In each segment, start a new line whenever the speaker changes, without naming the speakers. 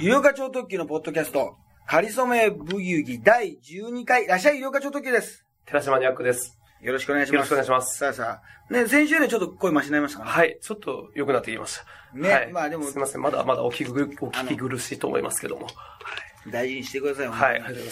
医療課長特急のポッドキャスト、かりそめブギウギ第12回、らっしゃい医療課長特急です。
寺島ニャックです。
よろしくお願いします。
よろしくお願いします。
さあ。ね、先週ね、ちょっと声マシになりましたかね。
はい、ちょっと良くなってきました。
ね、
はい、
まあでも。
すみません、まだお聞き苦しいと思いますけども。
大事にしてください。
はい、ありがとうございます。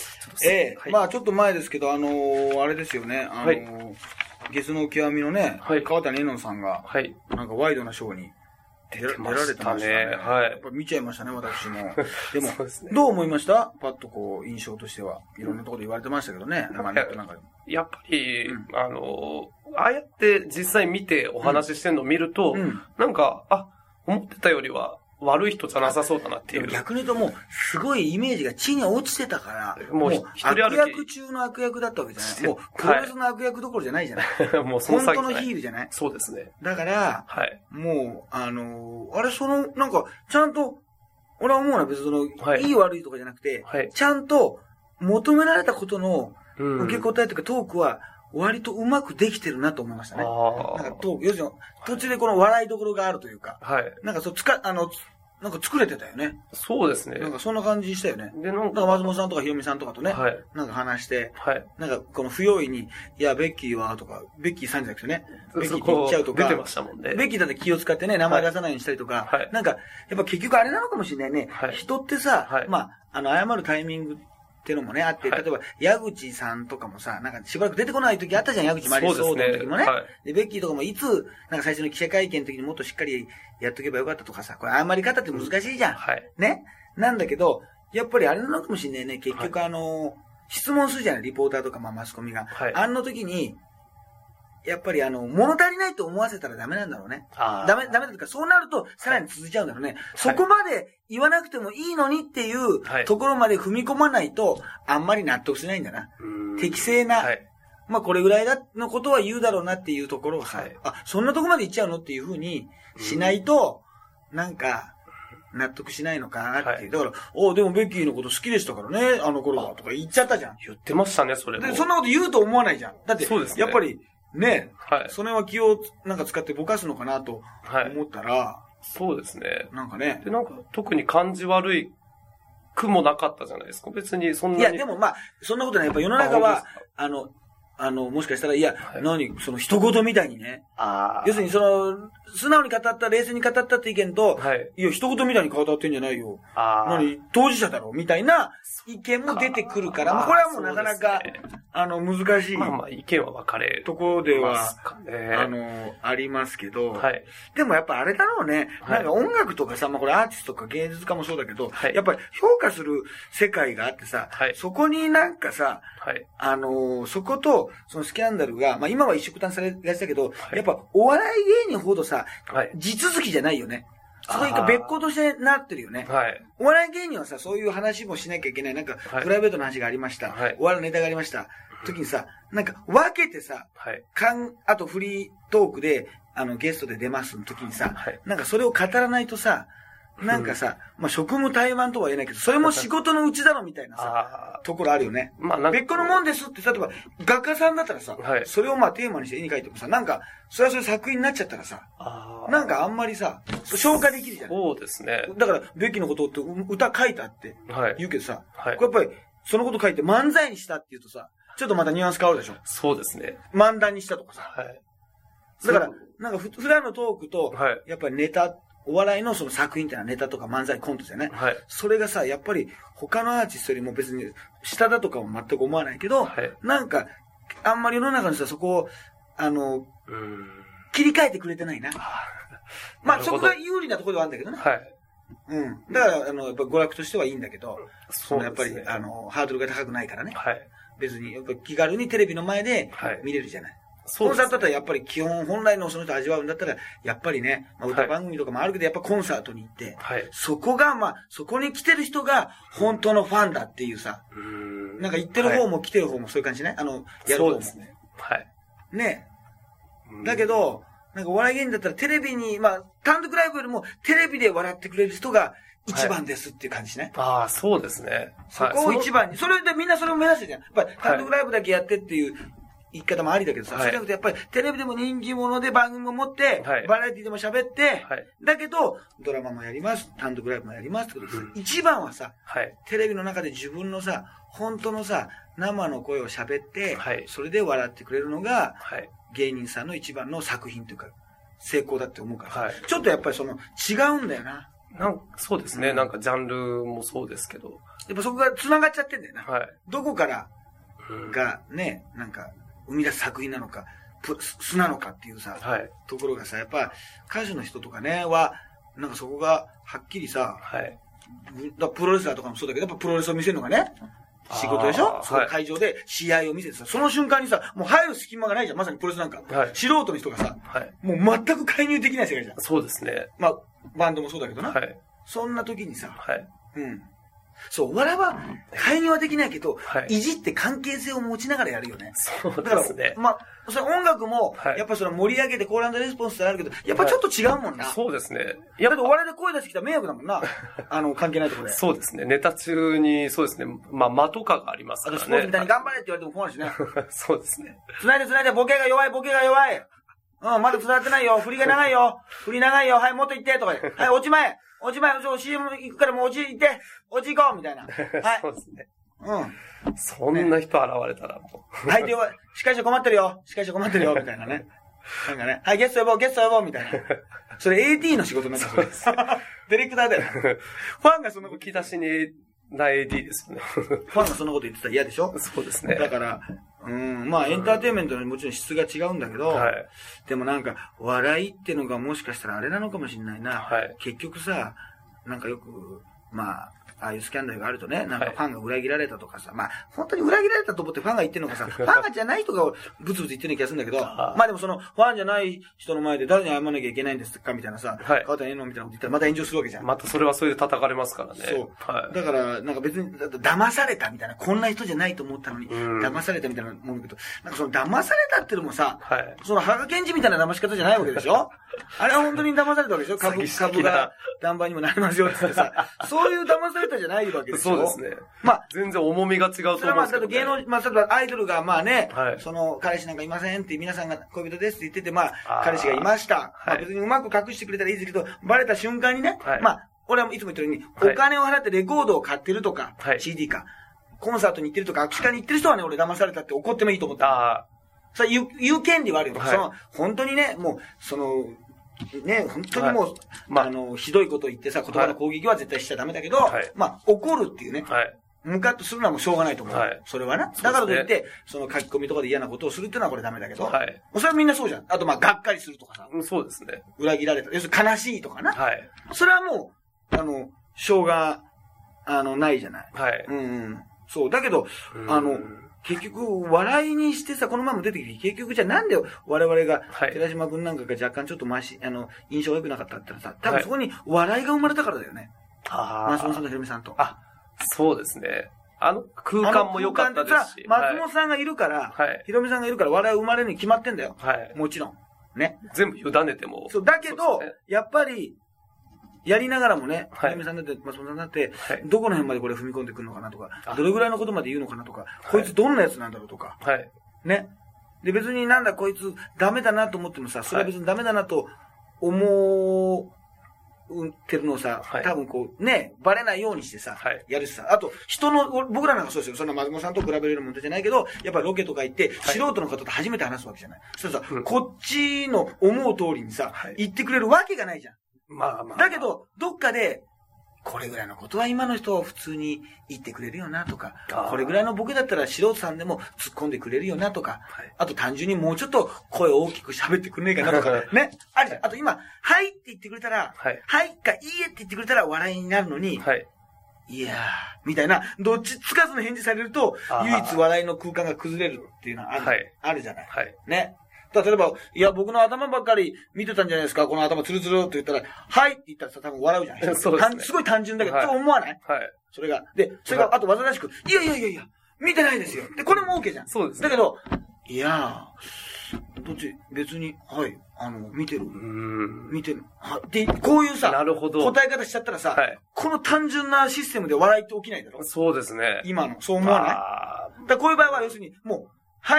まあちょっと前ですけど、あれですよね、ゲスの極みのね、川谷絵音さんが、なんかワイドなショーに出られてましたね。
はい。
やっぱ見ちゃいましたね、私も。でも、どう思いました？パッとこう、印象としては。いろんなところで言われてましたけどね。
やっぱり、ああやって実際見てお話ししてるのを見ると、なんか、思ってたよりは、悪い人じゃなさそうだなっていう。
逆に言うともう、すごいイメージが地に落ちてたから、もう悪役中の悪役だったわけじゃない。もう、プロレスの悪役どころじゃないじゃない。もう本当のヒールじゃない。
そうですね。
だから、もう、なんか、ちゃんと、俺は思うのは別にいい悪いとかじゃなくて、ちゃんと求められたことの受け答えというかトークは、割とうまくできてるなと思いましたね。なんかトーク、要するに、途中でこの笑いどころがあるというか、なんかなんか作れてたよね。
そうですね。
なんかそんな感じしたよね。で、なんか松本さんとかひろみさんとかとね、なんか話して、なんかこの不用意に、いや、ベッキーはとか、ベッキーさんじゃなくてね、ベッキーって言っちゃうとか、
出てましたもんね。
ベッキーだって気を使ってね、名前出さないようにしたりとか、なんか、やっぱ結局あれなのかもしれないね。人ってさ、まあ、謝るタイミングっていうのもね、あって、例えば、矢口さんとかもさ、なんかしばらく出てこない時あったじゃん、矢口まりそうの時もね。で、ベッキーとかもいつ、なんか最初の記者会見の時にもっとしっかりやっとけばよかったとかさ、これ謝り方って難しいじゃん。ね。なんだけど、やっぱりあれなのかもしれないね、結局質問するじゃない、リポーターとかマスコミが。あの時に、やっぱり物足りないと思わせたらダメなんだろうね。ダメだとか、そうなるとさらに続いちゃうんだろうね。そこまで言わなくてもいいのにっていうところまで踏み込まないと、あんまり納得しないんだな。適正な、まあこれぐらいのことは言うだろうなっていうところをさ、そんなとこまで言っちゃうのっていうふうにしないと、なんか、納得しないのかなっていう。だから、でもベッキーのこと好きでしたからね、あの頃はとか言っちゃったじゃん。
言ってましたね、それも。
で、そんなこと言うと思わないじゃん。だって、やっぱり、ね、それは気をなんか使ってぼかすのかなと思ったら、
そうですね。
なんかね。
で、なんか特に感じ悪いくもなかったじゃないですか。別にそんなに。
いや、でもまあ、そんなことない。やっぱ世の中は、もしかしたら、いや、その一言みたいにね。要するに素直に語った、冷静に語ったって意見と、いや、一言みたいに語ってんじゃないよ。当事者だろみたいな意見も出てくるから、これはもうなかなか、難しい。
まあ、意見は分かれ
ところでは、ありますけど、でもやっぱあれだろうね。なんか音楽とかさ、これアーティストとか芸術家もそうだけど、やっぱり評価する世界があってさ、そこになんかさ、そこと、そのスキャンダルが、今は一色単されがちだけど、やっぱお笑い芸人ほどさ、地続きじゃないよね。そこが別個としてなってるよね。お笑い芸人はさ、そういう話もしなきゃいけない。なんか、プライベートの話がありました。お笑いのネタがありました。時にさ、なんか分けてさ、あとフリートークで、ゲストで出ますの時にさ、なんかそれを語らないとさ、なんかさ、職務怠慢とは言えないけど、それも仕事のうちだろみたいなさ、ところあるよね。別個のもんですって、例えば、画家さんだったらさ、それをテーマにして絵に描いてもさ、なんか、それはそれ作品になっちゃったらさ、なんかあんまりさ、消化できるじゃん。
そうですね。
だから、ベッキーのことって歌書いたって言うけどさ、これやっぱり、そのこと書いて漫才にしたって言うとさ、ちょっとまたニュアンス変わるでしょ。
そうですね。
漫談にしたとかさ。だから、なんか普段のトークと、やっぱりネタ、お笑いのその作品ってのはネタとか漫才コントじゃね。それがさ、やっぱり他のアーティストよりも別に下だとかも全く思わないけど、なんか、あんまり世の中のさ、そこを、切り替えてくれてないな。そこが有利なところではあるんだけどね。だから、やっぱ娯楽としてはいいんだけど、やっぱり、ハードルが高くないからね。別に、やっぱ気軽にテレビの前で見れるじゃない。コンサートだったらやっぱり基本本来のその人味わうんだったら、やっぱりね、歌番組とかもあるけど、やっぱコンサートに行って、そこがそこに来てる人が本当のファンだっていうさ、なんか行ってる方も来てる方もそういう感じね。やる方も。そうですね。ね。だけど、なんかお笑い芸人だったらテレビに、単独ライブよりもテレビで笑ってくれる人が一番ですっていう感じね。
そうですね。
そこを一番に、それでみんなそれを目指してるじゃん。やっぱり単独ライブだけやってっていう、 言い方もありだけどさ、そうじゃなくてやっぱりテレビでも人気者で番組も持って、バラエティでも喋って、だけど、ドラマもやります、単独ライブもやりますってことです。一番はさ、テレビの中で自分のさ、本当のさ、生の声を喋って、それで笑ってくれるのが、芸人さんの一番の作品というか、成功だって思うからさ、ちょっとやっぱりその、違うんだよな。
そうですね、なんかジャンルもそうですけど。
やっぱそこが繋がっちゃってんだよな。どこからがね、なんか、生み出す作品なのか、素なのかっていうさ、ところがさ、やっぱ歌手の人とかね、なんかそこがはっきりさ、プロレスラーとかもそうだけど、やっぱプロレスを見せるのがね、仕事でしょ、その会場で試合を見せてさ、その瞬間にさ、もう入る隙間がないじゃん、まさにプロレスなんか。素人の人がさ、もう全く介入できない世界じゃん。
そうですね。
まあ、バンドもそうだけどな。そんな時にさ、そう、お笑いは介入はできないけど、いじって関係性を持ちながらやるよね。
そうですね。
まあ、それ音楽も、やっぱその盛り上げてコール&レスポンスってあるけど、やっぱちょっと違うもんな。
そうですね。
だってお笑いで声出してきたら迷惑だもんな。関係ないところで。
そうですね。ネタ中に、そうですね。まあ、間とかがありますからね。
あとスポーツみたいに頑張れって言われても困るしね。
そうですね。
繋いで、ボケが弱い。まだ繋がってないよ。振りが長いよ。はい、もっと行って、とか。はい、落ち前、CM 行くからもう落ち行こうみたいな。はい。
そうですね。そんな人現れたらも
う。はい、で、司会者困ってるよ、みたいなね。なんかね。はい、ゲスト呼ぼう、みたいな。それ AD の仕事になっちゃう。そうです。ディレクターだよ。ファンがその
吹き出しにな AD ですよね。
ファンがそんなこと言ってたら嫌でしょ？
そうですね。
だから、まあエンターテインメントのもちろん質が違うんだけど、でもなんか、笑いってのがもしかしたらあれなのかもしれないな。結局さ、なんかよく、まあ、ああいうスキャンダルがあるとね、なんかファンが裏切られたとかさ、まあ、本当に裏切られたと思ってファンが言ってるのかさ、ファンがじゃない人がブツブツ言ってるような気がするんだけど、まあでもその、ファンじゃない人の前で誰に謝らなきゃいけないんですかみたいなさ、川田えのみたいなこと言ったらまた炎上するわけじゃん。
またそれはそれで叩かれますからね。
そう。だから、なんか別に、騙されたみたいな、こんな人じゃないと思ったのに、騙されたみたいなもんだけど、なんかその騙されたっていうのもさ、その羽賀健二みたいな騙し方じゃないわけでしょあれは本当に騙されたわけでしょ株が何倍にもなりますよってさ、そういう騙されたじゃないわけでしょ。
そうですね。まあ、全然重みが違うと思うんですけど、ね。それは
芸能、まあ、例えばアイドルがまあね、その、彼氏なんかいませんって皆さんが恋人ですって言ってて、まあ、彼氏がいました。まあ別にうまく隠してくれたらいいですけど、バレた瞬間にね、まあ、俺はいつも言ってるように、お金を払ってレコードを買ってるとか、CD か、コンサートに行ってるとか、握手会に行ってる人はね、俺騙されたって怒ってもいいと思った。それ言う権利はあるよ。その、本当にね、もう、その、ね、本当にもう、ひどいこと言ってさ、言葉の攻撃は絶対しちゃダメだけど、まあ、怒るっていうね、ムカッとするのはもうしょうがないと思う。それはな。だからといって、その書き込みとかで嫌なことをするっていうのはこれダメだけど、それはみんなそうじゃん。あとまあ、がっかりするとかさ。
そうですね。
裏切られた。要するに悲しいとかな。それはもう、しょうが、ないじゃない。そう。だけど、結局、笑いにしてさ、この前も出てきて、結局じゃあなんで我々が、寺島君なんかが若干ちょっと印象が良くなかったって言ったらさ、多分そこに笑いが生まれたからだよね。松本さんとひろみさんと。
そうですね。空間も良かったですし。
松本さんがいるから、ひろみさんがいるから笑い生まれるに決まってんだよ。もちろん。ね。
全部委ねても。
そう、だけど、やっぱり、やりながらもね、ひろみさんだって、松本さんだって、どこの辺までこれ踏み込んでくるのかなとか、どれぐらいのことまで言うのかなとか、こいつどんなやつなんだろうとか、ね。で、別になんだこいつダメだなと思ってもさ、それは別にダメだなと思ってるのをさ、多分こう、ね、バレないようにしてさ、やるしさ、あと、僕らなんかそうですよ、そんな松本さんと比べれるもんじゃないけど、やっぱりロケとか行って、素人の方と初めて話すわけじゃない。そしたらさ、こっちの思う通りにさ、言ってくれるわけがないじゃん。だけど、どっかで、これぐらいのことは今の人は普通に言ってくれるよなとか、これぐらいの僕だったら素人さんでも突っ込んでくれるよなとか、あと単純にもうちょっと声を大きく喋ってくれないかなとか、ね。あるじゃん。あと今、はいって言ってくれたら、はいかいいえって言ってくれたら笑いになるのに、いやー、みたいな、どっちつかずの返事されると、唯一笑いの空間が崩れるっていうのはあるじゃない。ね。例えば、いや、僕の頭ばっかり見てたんじゃないですか、この頭ツルツルって言ったら、はいって言ったらさ、多分笑うじゃない
そうですね。
すごい単純だけど、そう思わないそれが。で、それが、あと、煩わしく、いや、見てないですよ。で、これも OK じゃん。
そうですね。
だけど、いやー、どっち、別に、見てる。で、こういうさ、答え方しちゃったらさ、この単純なシステムで笑いって起きないだろ。
そうですね。
今の、そう思わないだこういう場合は、要するに、もう、はい。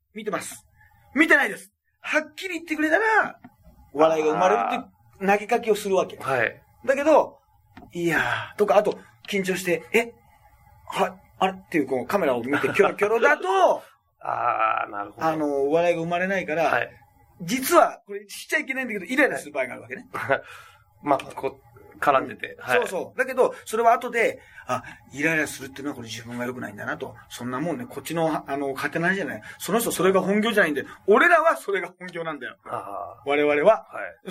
見てます。見てないです。はっきり言ってくれたら、笑いが生まれるって投げかけをするわけ。
はい。
だけど、いやー、とか、あと、緊張して、あれっていう、こう、カメラを見てキョロキョロだと、
なるほど。
笑いが生まれないから、はい、実は、これしちゃいけないんだけど、イライラする場合があるわけね。
まあ、絡んでて、
はい。そうそう。だけど、それは後で、イライラするっていうのはこれ自分が良くないんだなと。そんなもんね、こっちの、勝手な話じゃない。その人それが本業じゃないんで、俺らはそれが本業なんだよ。我々は。はい。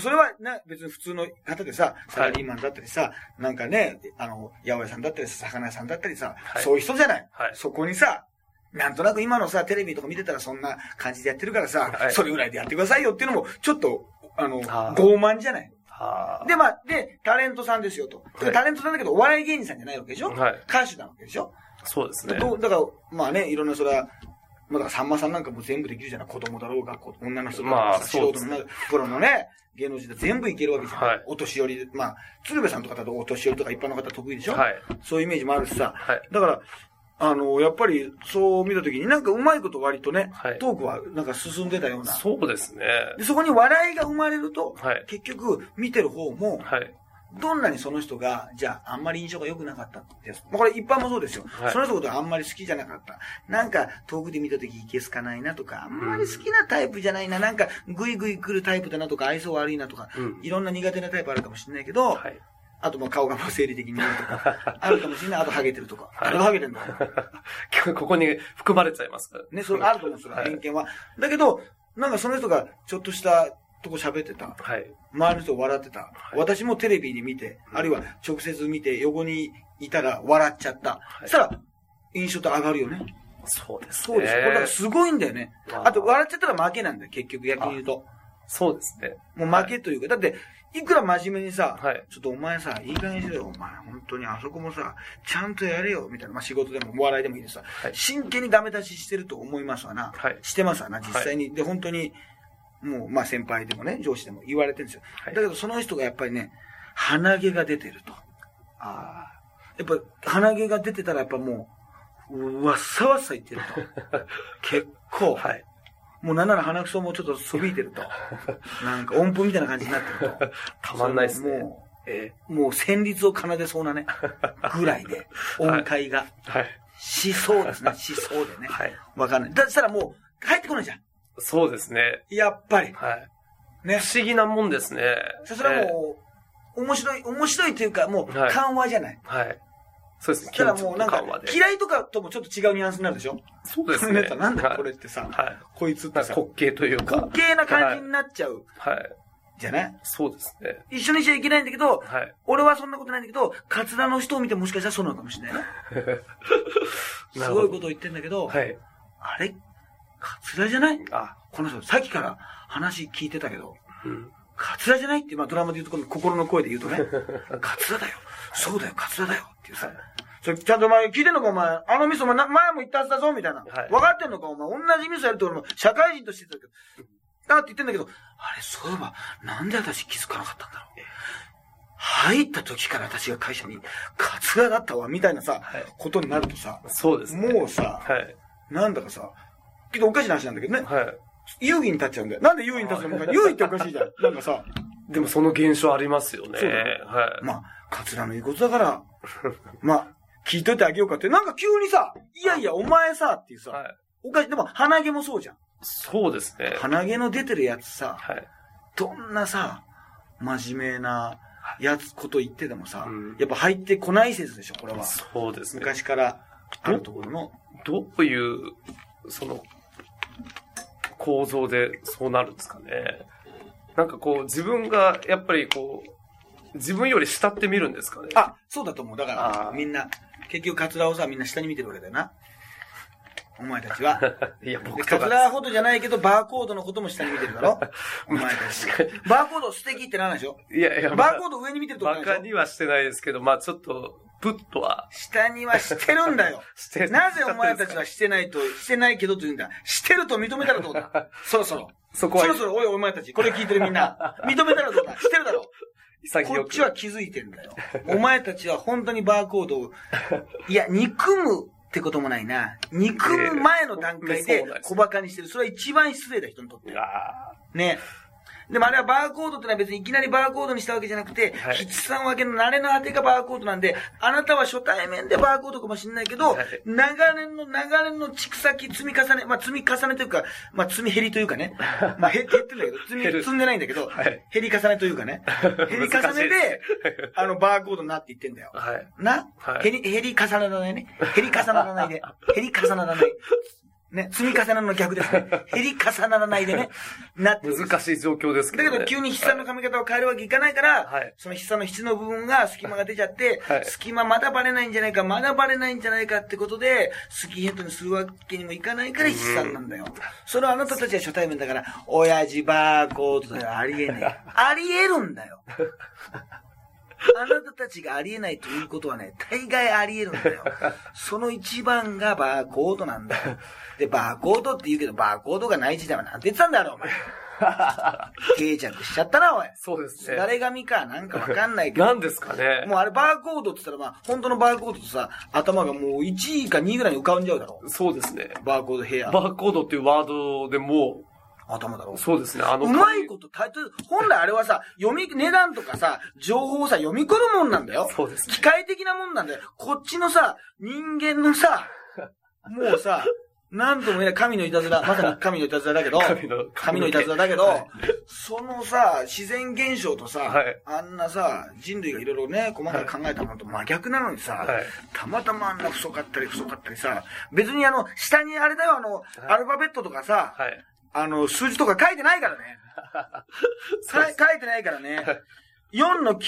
それはね、別に普通の方でさ、サラリーマンだったりさ、なんかね、八百屋さんだったりさ、魚屋さんだったりさ、はい、そういう人じゃない。はい。そこにさ、なんとなく今のさ、テレビとか見てたらそんな感じでやってるからさ、はい、それぐらいでやってくださいよっていうのも、ちょっと、傲慢じゃない。で、タレントさんですよと。はい、タレントさんだけど、お笑い芸人さんじゃないわけでしょ。はい、歌手なわけでしょ。
そうですね。
だから、まあね、いろんなそれは、だからさんまさんなんかも全部できるじゃない。子供だろうが、女の人だろうが、素人のプロのね、芸能人で全部いけるわけじゃない。はい、お年寄り、鶴瓶さんとかだとお年寄りとか一般の方得意でしょ。はい、そういうイメージもあるしさ。はい、だから、やっぱり、そう見たときになんかうまいこと割とね、はい、トークはなんか進んでたような。
そうですね。
で、そこに笑いが生まれると、はい、結局見てる方も、はい、どんなにその人が、じゃああんまり印象が良くなかったです。これ一般もそうですよ。はい、その人のことあんまり好きじゃなかった。なんか遠くで見たときいけすかないなとか、あんまり好きなタイプじゃないな、なんかグイグイ来るタイプだなとか、愛想悪いなとか、いろんな苦手なタイプあるかもしれないけど、はい、あと顔が生理的に見るとか、あるかもしれない。あとハゲてるとか。誰がハゲてんだ
よ。ここに含まれちゃいますから。
ね、それあると思うんですよ、偏見は。だけど、なんかその人がちょっとしたとこ喋ってた。はい。周りの人笑ってた。はい、私もテレビに見て、あるいは直接見て横にいたら笑っちゃった。はい、そしたら、印象って上がるよね。
そうですね。
そうです。これだからすごいんだよね。あと笑っちゃったら負けなんだよ、結局逆に言うと。
そうですね。
もう負けというか、だって、いくら真面目にさ、はい、ちょっとお前さ、いい加減にしろよ、お前。本当にあそこもさ、ちゃんとやれよ、みたいな。仕事でもお笑いでもいいですさ、はい、真剣にダメ出ししてると思いますわな。はい、してますわな、実際に。はい、で、本当に、もう、先輩でもね、上司でも言われてるんですよ。はい、だけど、その人がやっぱりね、鼻毛が出てると。やっぱ、鼻毛が出てたらやっぱもう、わっさわっさ言ってると。結構。はい。もうなんなら鼻くそもちょっとそびいてると。なんか音符みたいな感じになってると。
たまんないっすね。
もう旋律を奏でそうなね、ぐらいで、音階が。はい。しそうですね、しそうでね。はい。わかんない。だしたらもう、入ってこないじゃん。
そうですね。
やっぱり。はい。
ね。不思議なもんですね。
それはもう、面白いというか、もう、緩和じゃない。はい。
そうですね。
だからもうなんか、嫌いとかともちょっと違うニュアンスになるでしょ。
そうですね。
なんだこれってさ、はい、こいつってさ、
滑稽というか。
滑稽な感じになっちゃう。はい。じゃない？そう
ですね。
一緒にしちゃいけないんだけど、はい、俺はそんなことないんだけど、カツラの人を見てもしかしたらそうなのかもしれないね。すごいことを言ってんだけど、はい、あれカツラじゃない？この人、さっきから話聞いてたけど、カツラじゃないって、ドラマで言うと、心の声で言うとね、カツラだよ。そうだよ、カツラだよ。っていうさ。それちゃんとお前聞いてんのかお前。あのミス前も言ったはずだぞみたいな。はい、分かってんのかお前。同じミスやると俺も社会人としてたけど。だって言ってんだけど、あれそういえば、なんで私気づかなかったんだろう。入った時から私が会社にカツラだったわ、みたいなさ、はい、ことになるとさ。
そうですね。
もうさ、はい、なんだかさ、けどおかしな話なんだけどね。はい、優位に立っちゃうんだよ。なんで優位に立つのか。優位っておかしいじゃん。なんかさ。
でもその現象ありますよね。
そうだね。はい。カツラのいいことだから、聞いといてあげようかって。なんか急にさ、いやいや、お前さ、っていうさ、はい、おかしい。でも、鼻毛もそうじゃん。
そうですね。
鼻毛の出てるやつさ、はい、どんなさ、真面目なこと言ってでもさ、やっぱ入ってこない説でしょ、これは。
そうですね。
昔からあるところの。
どういう、構造でそうなるんですかね。なんか自分が、やっぱり自分より下って見るんですかね。
そうだと思う。だから、みんな、結局カツラをさ、みんな下に見てるわけだよな。お前たちは。いや、僕カツラほどじゃないけど、バーコードのことも下に見てるだろお前たち。バーコード素敵ってなんでしょいやいや、バーコード上に見てるとこないでしょ
バカにはしてないですけど、ちょっと、プッとは。
下にはしてるんだよ。なぜお前たちはしてないけどと言うんだ。してると認めたらどうだそろそろ。そろそろ、お前たち、これ聞いてるみんな。認めたらどうだしてるだろこっちは気づいてるんだよ。お前たちは本当にバーコードを、いや、憎むってこともないな。憎む前の段階で小馬鹿にしてる。それは一番失礼だ、人にとって。ね。でもあれはバーコードってのは別にいきなりバーコードにしたわけじゃなくて、筆算分けの慣れの果てがバーコードなんで、あなたは初対面でバーコードかもしれないけど、長年の蓄積積み重ね、積み重ねというか、積み減りというかね。減ってるんだけど、積んでないんだけど、減り重ねというかね。減り重ねで、バーコードになっていってんだよ。な、減り重ならないね。減り重ならないで。減り重ならない。ね、積み重なるの逆ですね。減り重ならないでね。
難しい状況ですけどね。
だけど急に筆算の髪型を変えるわけいかないから、その筆算の質の部分が隙間が出ちゃって、隙間まだバレないんじゃないかってことで、スキンヘッドにするわけにもいかないから筆算なんだよ。それはあなたたちは初対面だから、親父バーコードだよ。ありえない。ありえるんだよ。あなたたちがありえないということはね、大概ありえるんだよ。その一番がバーコードなんだよ。で、バーコードって言うけど、バーコードがない時代はなんて言ってたんだろ、お前。定着しちゃったな、おい。
そうですね。
誰紙かなんかわかんないけど。
何ですかね。
もうあれバーコードって言ったら本当のバーコードとさ、頭がもう1位か2位ぐらいに浮かんじゃうだろ。
そうですね。
バーコードヘア。
バーコードっていうワードでもう、
頭だろ。
そうですね。
うまいこと本来あれはさ、値段とかさ、情報をさ、読み取るもんなんだよ。
そうですね。
機械的なもんなんだよ。こっちのさ、人間のさ、もうさ、なんとも言えない神のいたずら、まさに神のいたずらだけど、神のいたずらだけど、そのさ、自然現象とさ、あんなさ、人類がいろいろね、細かく考えたものと真逆なのにさ、たまたまあんな細かったりさ、別に下にあれだよ、アルファベットとかさ、数字とか書いてないからね。書いてないからね。4の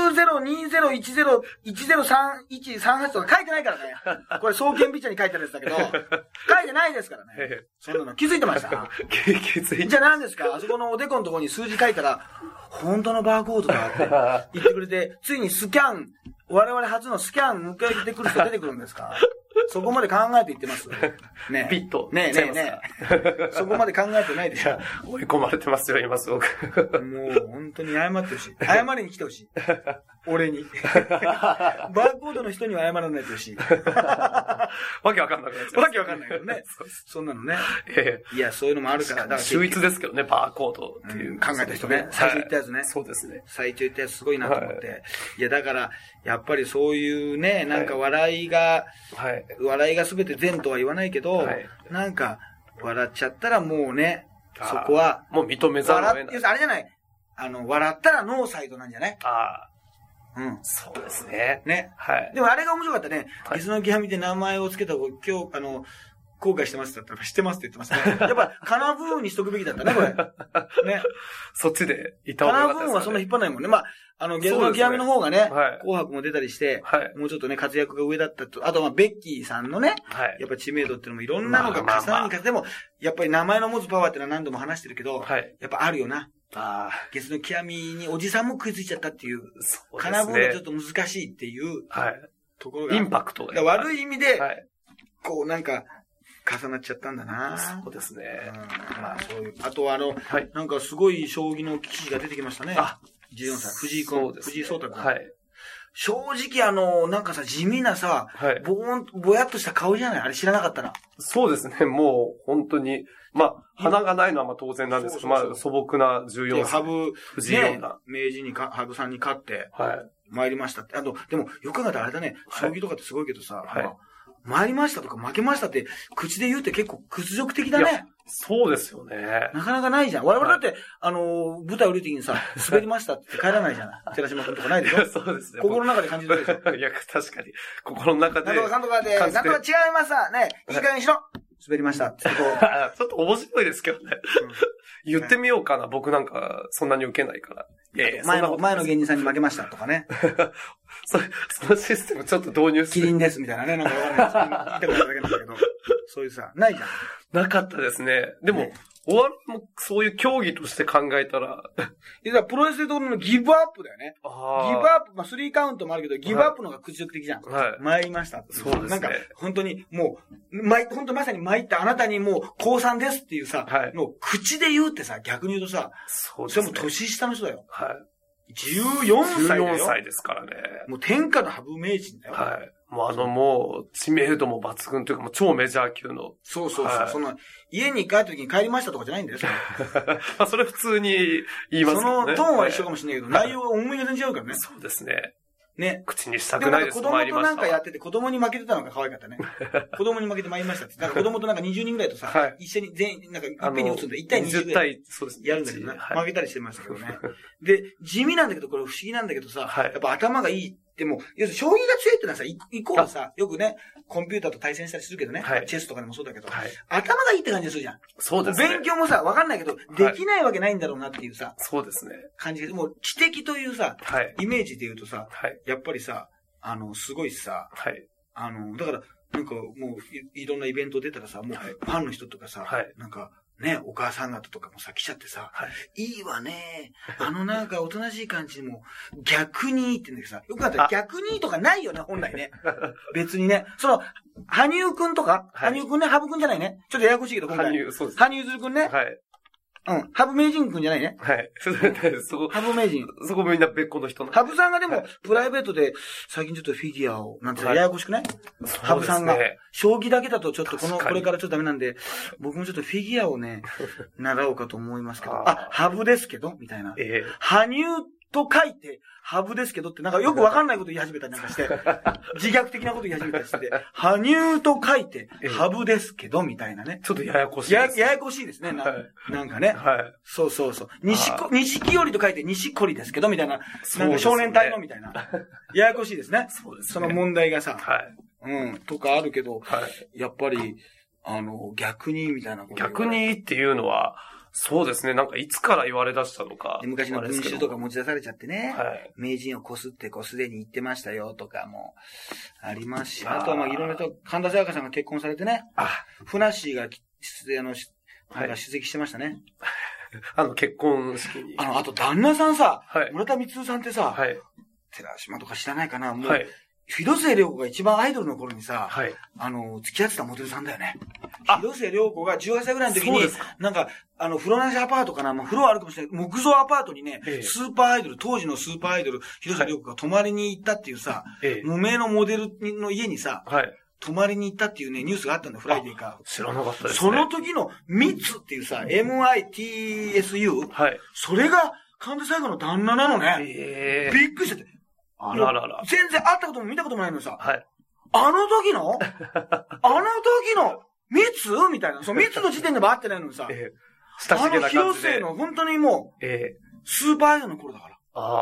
902010103138とか書いてないからね。これ双剣ビチャに書いてあるやつだけど、書いてないですからね。そんなの気づいてました？
気づいて。
じゃあ何ですか？あそこのおでこのところに数字書いたら、本当のバーコードだって言ってくれて、ついに我々初のスキャン迎えてくる人出てくるんですか？そこまで考えて言ってますね。
ピッと。
ねえ。そこまで考えてないでしょ。
追い込まれてますよ、今すごく。
もう本当に謝ってほしい。謝りに来てほしい。俺に。バーコードの人には謝らないでほしい。
わけわかんなくなっちゃう。
わけわかんないけどね。そんなのね。いや、そういうのもあるから。
秀逸ですけどね、バーコードっていう。
考えた人ね。最初言ったやつね。
そうですね。
最初言ったやつすごいなと思って。いや、だから、やっぱりそういうね、なんか笑いが全て善とは言わないけど、なんか、笑っちゃったらもうね、そこは、
もう認めざるを得ない。
あれじゃない。笑ったらノーサイドなんじゃない？
そうですね。
ね。でもあれが面白かったね。ゲスの極みで名前をつけた今日、後悔してますって言ったら、知ってますって言ってますね。やっぱ、カナブーンにしとくべきだったね、これ。ね。
そっちでいた方がよかったですね。
カナブーンはそんな引っ張らないもんね。ゲスの極みの方がね、紅白も出たりして、もうちょっとね、活躍が上だったと。あと、ベッキーさんのね、やっぱ知名度っていうのもいろんなのが重なりに重ねて、でも、やっぱり名前の持つパワーっていうのは何度も話してるけど、やっぱあるよな。ゲスの極みにおじさんも食いついちゃったっていう、カナブーンがちょっと難しいっていう、ところが。
インパクトが。
悪い意味で、こうなんか、重なっちゃったんだな。
そうですね。
そういう。あとはなんかすごい将棋の棋士が出てきましたね。14歳。藤井聡太君。正直なんかさ、地味なさ、ぼやっとした顔じゃない？あれ知らなかったら。
そうですね。もう、本当に、鼻がないのは当然なんですけど、素朴な14歳。藤井四段。
名人に羽生さんに勝って、参りましたって。でも、よく考えたらあれだね、将棋とかってすごいけどさ、参りましたとか負けましたって、口で言うって結構屈辱的だね。
そうですよね。
なかなかないじゃん。我々だって、舞台降りるときにさ、滑りましたって帰らないじゃん。寺島君とかないでしょ？
そうですね。
心の中で感じてるでしょ？
いや、確かに。心の中で。
なんとかで、なんとか違いますさ、ね、いい加減にしろ！滑りましたって。ちょ
っと面白いですけどね。言ってみようかな。僕なんか、そんなに受けないから。
前の芸人さんに負けましたとかね。
そのシステムちょっと導入する。
キリンですみたいなね。なんかわかんない。言いたくないだけなんだけど。そういうさ、ないじゃん。
なかったですね。でも、終わりもそういう競技として考えたら。
プロレスでところのギブアップだよね。ギブアップ、3カウントもあるけど、ギブアップの方が屈辱的じゃん。参りました。
そうですね。
なんか、本当にもう、本当まさに参ったあなたにもう、降参ですっていうさ、の口で言うってさ、逆に言うとさ、それも年下の人だよ。14歳だよ。
14歳ですからね。
もう天下の羽生名人だよ。
もう、知名度も抜群というか、もう超メジャー級の。
そうそうそう。その、家に帰った時に帰りましたとかじゃないんだよ、
それ普通に言いますね。
そのトーンは一緒かもしれないけど、内容は思いが全然違うからね。
そうですね。
ね。
口にしたくないです。
子供となんかやってて、子供に負けてたのが可愛かったね。子供に負けて参りましたって。なんか子供となんか20人ぐらいとさ、一緒に全員、なんかいっぺんに打つんだ。1対20ぐらい。そうですね。やるんだけどね。負けたりしてましたけどね。で、地味なんだけど、これ不思議なんだけどさ、やっぱ頭がいい。でも、要するに将棋が強いってのはさ、イコールさ、よくね、コンピューターと対戦したりするけどね。チェスとかでもそうだけど、頭がいいって感じがするじゃん。
そうですね。
勉強もさ、わかんないけど、できないわけないんだろうなっていうさ、
そうですね。
感じが、もう知的というさ、イメージで言うとさ、やっぱりさ、すごいさ、だから、なんかもういろんなイベント出たらさ、もうファンの人とかさ、なんか、ね、お母さん方とかもさ、来ちゃってさ、いいわね。なんかおとなしい感じも、逆にって言うんだけどさ、よくあったら逆にとかないよね、本来ね。別にね。羽生くんとか、羽生くんね、羽生くんじゃないね。ちょっとややこしいけど、今回。羽生結弦くんね。羽生名人くんじゃないね。羽生名人。
そこみんな別個の人な
羽生さんがでも、プライベートで、最近ちょっとフィギュアを、なんてややこしくない羽生さんが。将棋だけだとちょっとこれからちょっとダメなんで、僕もちょっとフィギュアをね、習おうかと思いますけど、羽生ですけどみたいな。羽生と書いて、羽生ですけどって、なんかよくわかんないこと言い始めたりなんかして、自虐的なこと言い始めたりして、羽生と書いて、羽生ですけど、みたいなね。
ちょっとややこしいです。
ややこしいですね。なんかね。そうそうそう。錦織と書いて、錦織ですけど、みたいな。なんか少年隊のみたいな。ややこしいですね。そうです。その問題がさ。とかあるけど、やっぱり、逆に、みたいなこと。
逆にっていうのは、そうですね。なんかいつから言われ出したのか。
昔の文集とか持ち出されちゃってね。名人をこすってすでに言ってましたよとかもありますし。あとはまあいろんな人、神田沙也加さんが結婚されてね。ふなっしーが出席してましたね。
結婚式に。
あと旦那さんさ、村田光さんってさ、寺島とか知らないかな。もう広末涼子が一番アイドルの頃にさ、付き合ってたモデルさんだよね。広末涼子が18歳ぐらいの時に、なんか、風呂なしアパートかな、風呂はあるかもしれない。木造アパートにね、スーパーアイドル、当時のスーパーアイドル、広末涼子が泊まりに行ったっていうさ、無名のモデルの家にさ、泊まりに行ったっていうね、ニュースがあったんだよ、フライデーか。
知らなかったですね。
その時のミツっていうさ、MITSU、それが神田沙也加の旦那なのね。びっくりしてて。
あららら。
全然会ったことも見たこともないのにさ。あの時の密みたいな。密の時点でも会ってないのにさ。広末の本当にもう、スーパーアイドルの頃だから。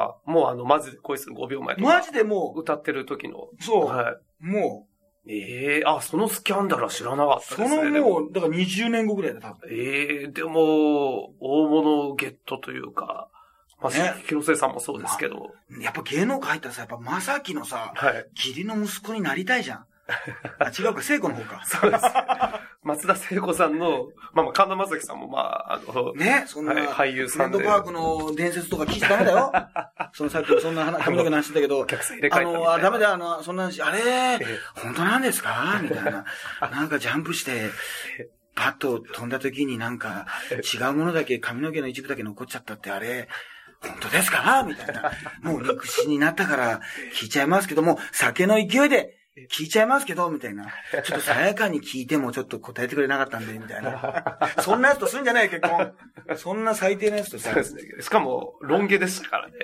もうマジで恋する5秒前とか。
マジでも
う。歌ってる時の。
そう。も
う。そのスキャンダルは知らなかったですね。
もう、だから20年後ぐらいだ、多分。
でも、大物ゲットというか、広末さんもそうですけど。
やっぱ芸能界入ったらさ、やっぱまさきのさ、義理の息子になりたいじゃん。違うか、聖子の方か。
そうです。松田聖子さんの、神田正輝さんも
そんな、
俳優さんで。
フレンドパークの伝説とか聞いちゃダメだよ。さっきそんな髪の毛の話してたけど、ダメだよ、そんな話、あれ、本当なんですかみたいな。なんかジャンプして、パッと飛んだ時になんか、違うものだけ、髪の毛の一部だけ残っちゃったってあれ、本当ですかみたいな。もう肉親になったから聞いちゃいますけども、酒の勢いで聞いちゃいますけど、みたいな。ちょっとさやかに聞いてもちょっと答えてくれなかったんで、みたいな。そんなやつとすんじゃない結婚。そんな最低なやつとさ。
そうですね。しかも、ロン毛でしたからね。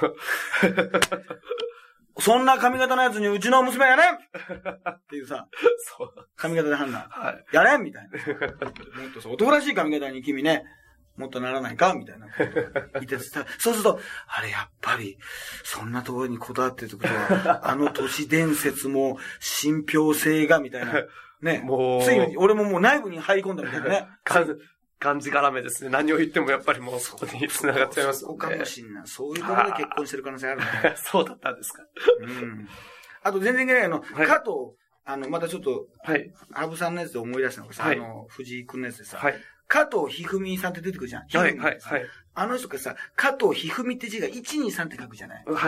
そんな髪型のやつにうちの娘やれんっていうさ、髪型で判断。やれんみたいな。もっとさ、男らしい髪型に君ね、もっとならないかみたいな言ってさ、そうすると、あれやっぱり、そんなところにこだわってるってことは、都市伝説も信憑性がみたいな。ね。ついに俺ももう内部に入り込んだみたいなね。
がんじがらめですね。何を言ってもやっぱりもうそこに繋がっちゃいますもんね。
そうかもしんない。そういうところで結婚してる可能性あるね。
そうだったんですか。
あと全然ない加藤、またちょっと、羽生さんのやつで思い出したのがさ、藤井くんのやつでさ、加藤一二三さんって出てくるじゃん。あの人がさ、加藤一二三って字が123って書くじゃない。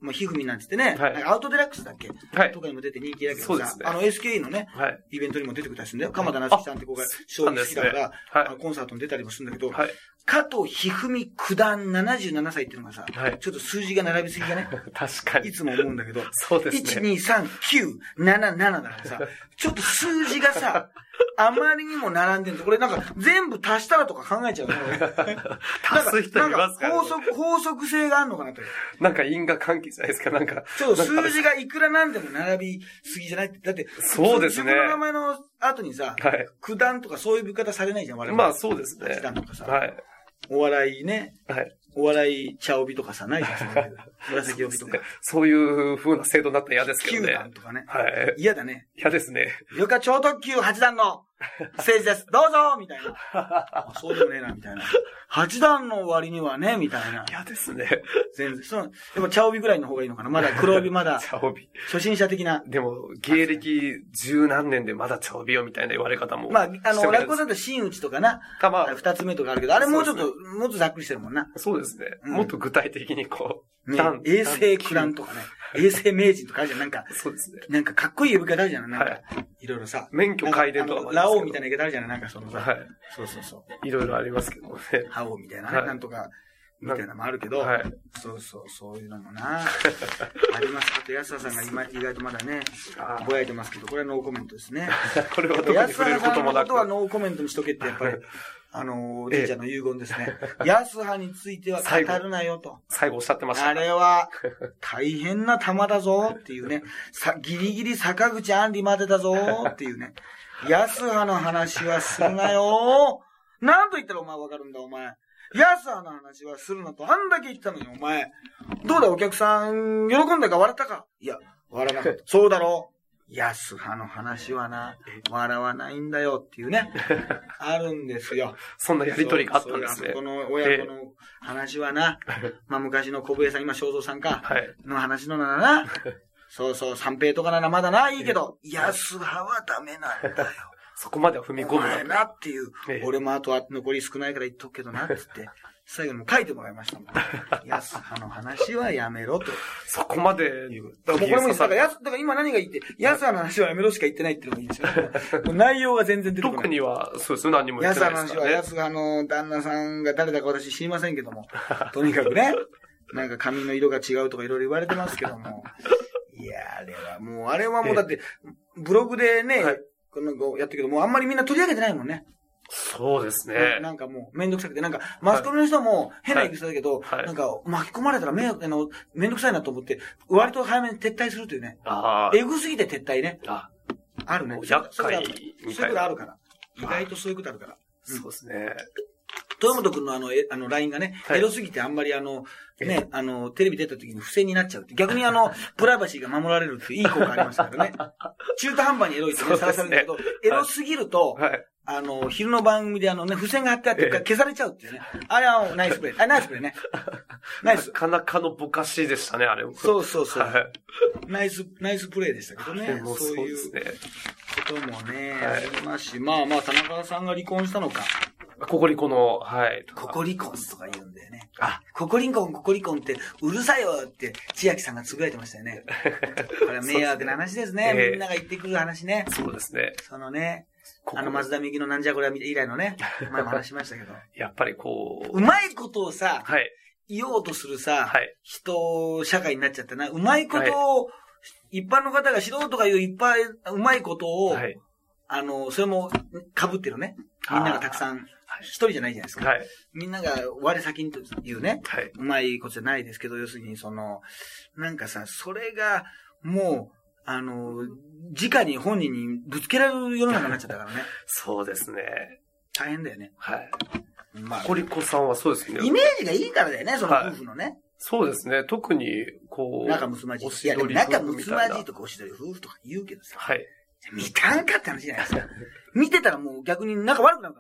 まあ、ひふみなんつってね、なんかアウトデラックスだっけとかにも出て人気だけどさ、SKE のね、イベントにも出てくれたりするんだよ。鎌田夏樹さんって子が将棋好きだから、コンサートに出たりもするんだけど、加藤一二三九段77歳っていうのがさ、ちょっと数字が並びすぎがね。
確かに。
いつも思うんだけど、
そうですね。
1,2,3,9,7,7だからさ、ちょっと数字がさ、あまりにも並んでると、これなんか全部足したらとか考えちゃうね。
足す人いますからね。
法則性があるのかなと。
なんか因果関係じゃないですか、なんか。
ちょっと数字がいくらなんでも並びすぎじゃないって。だって、
そうですね。
自分の名前の後にさ、九段とかそういう呼び方されないじゃん、我々。
まあそうですね。
八段とかさ。
はい。
お笑いね。はい。お笑い茶帯とかさ、ないじゃん。紫帯とか。
そういう風な制度になったら嫌ですけどね。
9段とかね。
はい。
嫌だね。
嫌ですね。
よか超特急8段のステージです。どうぞみたいな。そうでもねえな、みたいな。8段の割にはね、みたいな。
嫌ですね。
全然。でも茶帯ぐらいの方がいいのかな。まだ黒帯まだ。
茶帯。
初心者的な。
でも、芸歴十何年でまだ茶帯よみたいな言われ方も。
まあ、落語だと真打ちとかな。まあ、二つ目とかあるけど、あれもうちょっと、もっとざっくりしてるもんな。
そうですね。もっと具体的にこう。
衛星九段とかね。衛星名人とかあるじゃん。なんか、
そうですね。
なんかかっこいい呼び方あるじゃん。なんか、いろいろさ。
免許改伝とかも。
ラオウみたいな言い方あるじゃない。なんかそのさ。
はい。
そうそうそう。
いろいろありますけどね。
ハオみたいなね。なんとか、みたいなのもあるけど。はい。そうそう、そういうのもな。あります。あと、安田さんが今意外とまだね、ぼやいてますけど、これはノーコメントですね。
これは特に触れることもなく。
安田さんのことはノーコメントにしとけって、やっぱり。おじいちゃんの遺言ですね。安葉については語るなよと。
最後おっしゃってました。
あれは、大変な玉だぞっていうね。ギリギリ坂口あんりまでだぞっていうね。安葉の話はするなよ。何と言ったらお前わかるんだお前。安葉の話はするなとあんだけ言ったのにお前。どうだお客さん、喜んだか笑ったかいや、笑わなかった。そうだろう。安葉の話はな、笑わないんだよっていうね、あるんですよ。
そんなやりとりがあったんですね。
この親子の話はな、まあ昔の小笛さん、今正蔵さんか、の話のならな、そうそう、三平とかならまだないいけど、安葉はダメなんだよ。
そこまでは踏み込む
なっていう、俺もあとは残り少ないから言っとくけどな、つって。最後にも書いてもらいましたもん。安葉の話はやめろと。
そこまで言う。
だからもうこれもいいです。だから今何が言って、安葉の話はやめろしか言ってないっていうのがいいんですよね。内容が全然出てこない。
特には、そうですね、何も言ってないですからね。
安葉の旦那さんが誰だか私知りませんけども。とにかくね、なんか髪の色が違うとかいろいろ言われてますけども。いや、あれはもうだって、ブログでね、やったけど、もうあんまりみんな取り上げてないもんね。
そうですね。
なんかもうめんどくさくて、なんかマスコミの人も変な言い草だけど、なんか巻き込まれたらめんどくさいなと思って、割と早めに撤退するというね。エグすぎて撤退ね。あるね。
厄介みたいな。
そういうことあるから。意外とそういうことあるから。
そうですね。
豊本くんのLINE がね、エロすぎてあんまりね、テレビ出た時に不正になっちゃうって。逆にプライバシーが守られるっていういい効果ありますからね。中途半端にエロいってね、さらされるんだけど、エロすぎると、昼の番組で付箋が貼ってあって消されちゃうっていうね。あれはナイスプレイ。ナイスプレイね。ナイス。
なかなかのぼかしでしたね、あれも。
そうそうそう。ナイスプレイでしたけどね。そういうこともね、ありますし、まあまあ、田中さんが離婚したのか。
ココリコの、はい。
ココリコンとか言うんだよね。ココリコンってうるさいよって千秋さんがつぶやいてましたよね。これは迷惑な話ですね。みんなが言ってくる話ね。
そうですね。
そのね、松田美紀のなんじゃこれは以来のね、前も話しましたけど。
やっぱりこ
う。うまいことをさ、言おうとするさ、社会になっちゃってな。うまいことを、一般の方が素人が言ううまいことを、それも被ってるね。みんながたくさん。一人じゃないじゃないですか。みんなが我先にというね。うまいことじゃないですけど、要するになんかさ、それが、もう、直に本人にぶつけられる世の中になっちゃったからね。
そうですね。
大変だよね。
まあ。ココリコさんはそうですね。
イメージがいいからだよね、その夫婦のね。
そうですね。特に、
仲睦まじい。いや、仲睦まじいとかおしどり夫婦とか言うけどさ。見たんかって話じゃないですか。見てたらもう逆に仲悪くなるからね。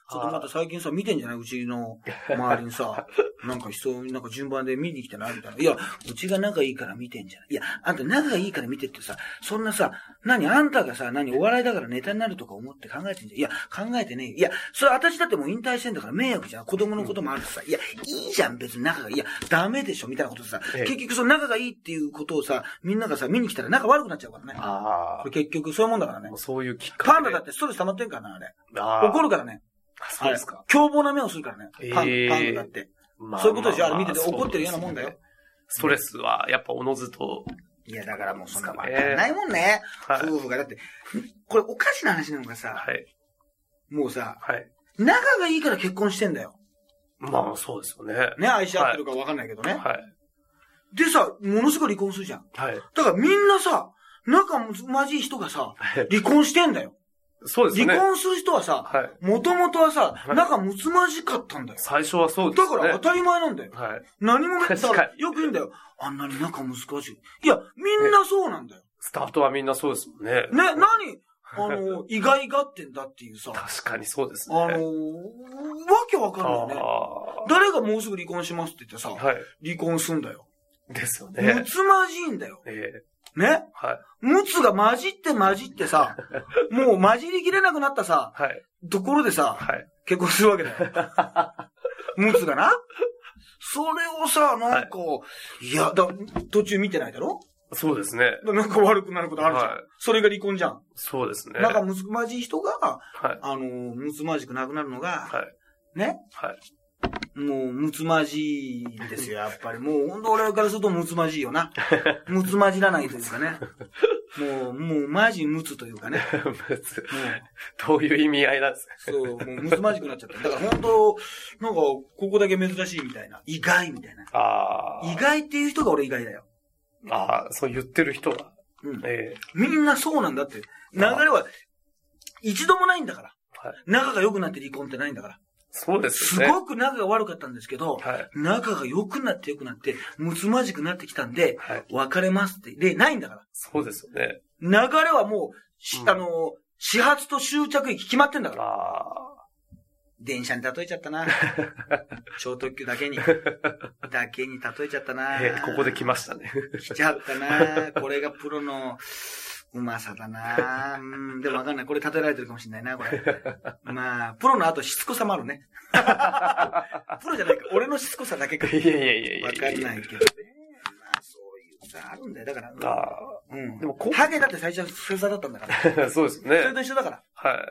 ちょっとまた最近さ、見てんじゃないうちの周りにさ、なんか人、なんか順番で見に来てないみたいな。いや、うちが仲いいから見てんじゃない。いや、あんた仲がいいから見てってさ、そんなさ、あんたがさ、お笑いだからネタになるとか思って考えてんじゃん。いや、考えてねえ。いや、それ私だってもう引退してんだから迷惑じゃん。子供のこともあるしさ。いや、いいじゃん、別に仲がいい。いや、ダメでしょ、みたいなことでさ、結局その仲がいいっていうことをさ、みんながさ、見に来たら仲悪くなっちゃうからね。これ結局そういうもんだからね。
そういうきっかけ。
パンダだってストレス溜まってんからな、あれ。怒るからね。
そうですか。
凶暴な目をするからね。パンダだって。そういうことでしょ、あれ見てて怒ってるようなもんだよ。
ストレスはやっぱおのずと。
いや、だからもうそんなわかんないもんね。夫婦が。だって、これおかしな話なのがさ、もうさ、仲がいいから結婚してんだよ。
まあそうですよね。
ね、愛し合ってるかわかんないけどね。でさ、ものすごい離婚するじゃん。だからみんなさ、仲まじい人がさ、離婚してんだよ。
そうですね。
離婚する人はさ、もともとはさ、仲むつまじかったんだよ。
最初はそうですね。
だから当たり前なんだよ。何もだからよく言うんだよ。あんなに仲難しい。いや、みんなそうなんだよ。
スタートはみんなそうですもんね。
意外がってんだっていうさ。
確かにそうですね。
わけわかんないよね。誰がもうすぐ離婚しますって言ってさ、離婚すんだよ。
ですよね。
むつまじいんだよ。ね、むつが混じってさ、もう混じりきれなくなったさ、ところでさ、結婚するわけだよ。むつがな。それをさ、なんか、いや、途中見てないだろ？
そうですね。
なんか悪くなることあるじゃん。それが離婚じゃん。
そうですね。
なんかむつまじい人が、むつまじくなくなるのが、ね。もう、むつまじいんですよ、やっぱり。もう、ほんと俺からするとむつまじいよな。むつまじらないというかね。もう、マジむつというかね。
むつ。どういう意味合いなんですか？
そう、もうむつまじくなっちゃった。だからほんと、なんか、ここだけ珍しいみたいな。意外みたいな。意外っていう人が俺意外だよ。
そう言ってる人は。
みんなそうなんだって。流れは、一度もないんだから。仲が良くなって離婚ってないんだから。
そうですね。
すごく仲が悪かったんですけど、仲が良くなって、むつまじくなってきたんで、別れますって。で、ないんだから。
そうですよね。
流れはもう、始発と終着駅決まってんだから。電車に例えちゃったな。超特急だけに例えちゃったな。
ここで来ましたね。
来ちゃったな。これがプロの、うまさだな。でもわかんない。これ例えられてるかもしれないな、これ。まあ、プロの後しつこさもあるね。プロじゃないか。俺のしつこさだけか。
いや。
わかんないけどね。まあ、そういうさ、あるんだよ。だから。でも、ハゲだって最初はふさふさだったんだから。
そうですね。
それと一緒だから。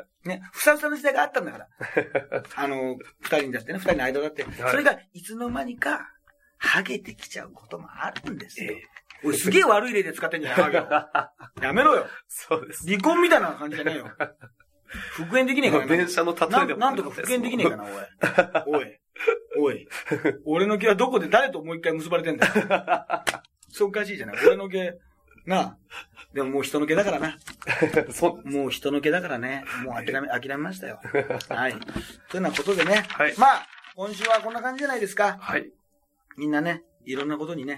ね、ふさふさの時代があったんだから。二人だってね、二人の間だって。それが、いつの間にか、ハゲてきちゃうこともあるんですよ。おい、すげえ悪い例で使ってんじゃん、やめろよ。
そうです。
離婚みたいな感じじゃねえよ。復縁できねえから
な。電車の例えでも。
なんとか復縁できねえかな、おい。俺の毛はどこで誰ともう一回結ばれてんだよ。そうおかしいじゃない。俺の毛、なあ。でももう人の毛だからな。もう人の毛だからね。もう諦めましたよ。はい。というようなことでね。まあ、今週はこんな感じじゃないですか。みんなね、いろんなことにね。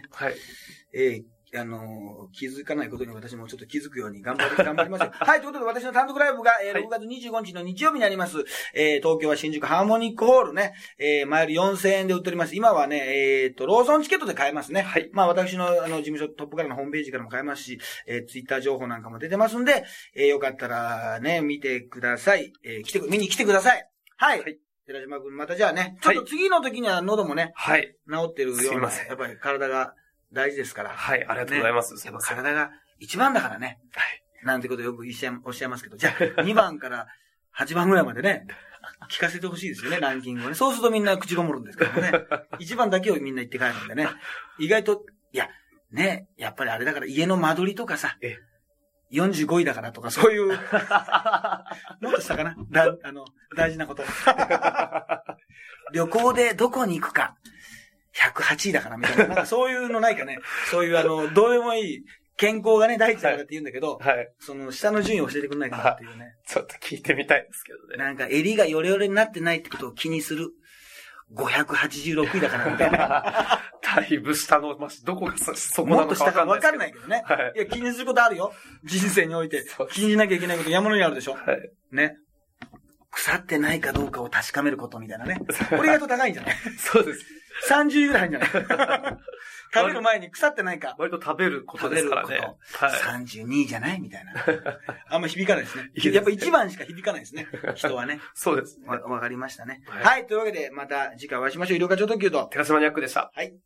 気づかないことに私もちょっと気づくように頑張りますよ。はい、ということで私の単独ライブが、6月25日の日曜日になります。東京は新宿ハーモニックホールね、前より4000円で売っております。今はね、ローソンチケットで買えますね。まあ私の事務所トップからのホームページからも買えますし、ツイッター情報なんかも出てますんで、よかったらね、見てください。見に来てください。はい。寺島君、またじゃあね、ちょっと次の時には喉もね、治ってるような、
すいません。
やっぱり体が大事ですから。
はい、ありがとうございます。
やっぱ体が一番だからね。なんてことよくおっしゃいますけど、じゃあ2番から8番ぐらいまでね、聞かせてほしいですよね、ランキングをね。そうするとみんな口ごもるんですけどもね。1番だけをみんな言って帰るんでね。意外と、いや、ね、やっぱりあれだから家の間取りとかさ、45位だからとか、そういう、もっとしたかな大事なこと。旅行でどこに行くか、108位だからみたいな、なんかそういうのないかね。そういうどうでもいい、健康がね、第一だからって言うんだけど、その下の順位を教えてくんないかなっていうね。
ちょっと聞いてみたいですけどね。
なんか襟がヨレヨレになってないってことを気にする。586位だからみたいな。
だいぶ下の、どこがそこなのか
わかんないけどね。いや、気にすることあるよ。人生において。気にしなきゃいけないこと山のようにあるでしょ。ね。 腐ってないかどうかを確かめることみたいなね。これがと高いんじゃない？
そうです。
30ぐらい入るんじゃない食べる前に腐ってないか。
割と食べることですからね。
はい。32じゃないみたいな。あんま響かないですね。やっぱ1番しか響かないですね。人はね。
そうです。
わかりましたね。はい。というわけで、また次回お会いしましょう。医療課長特急と。
寺島ニャックでした。
はい。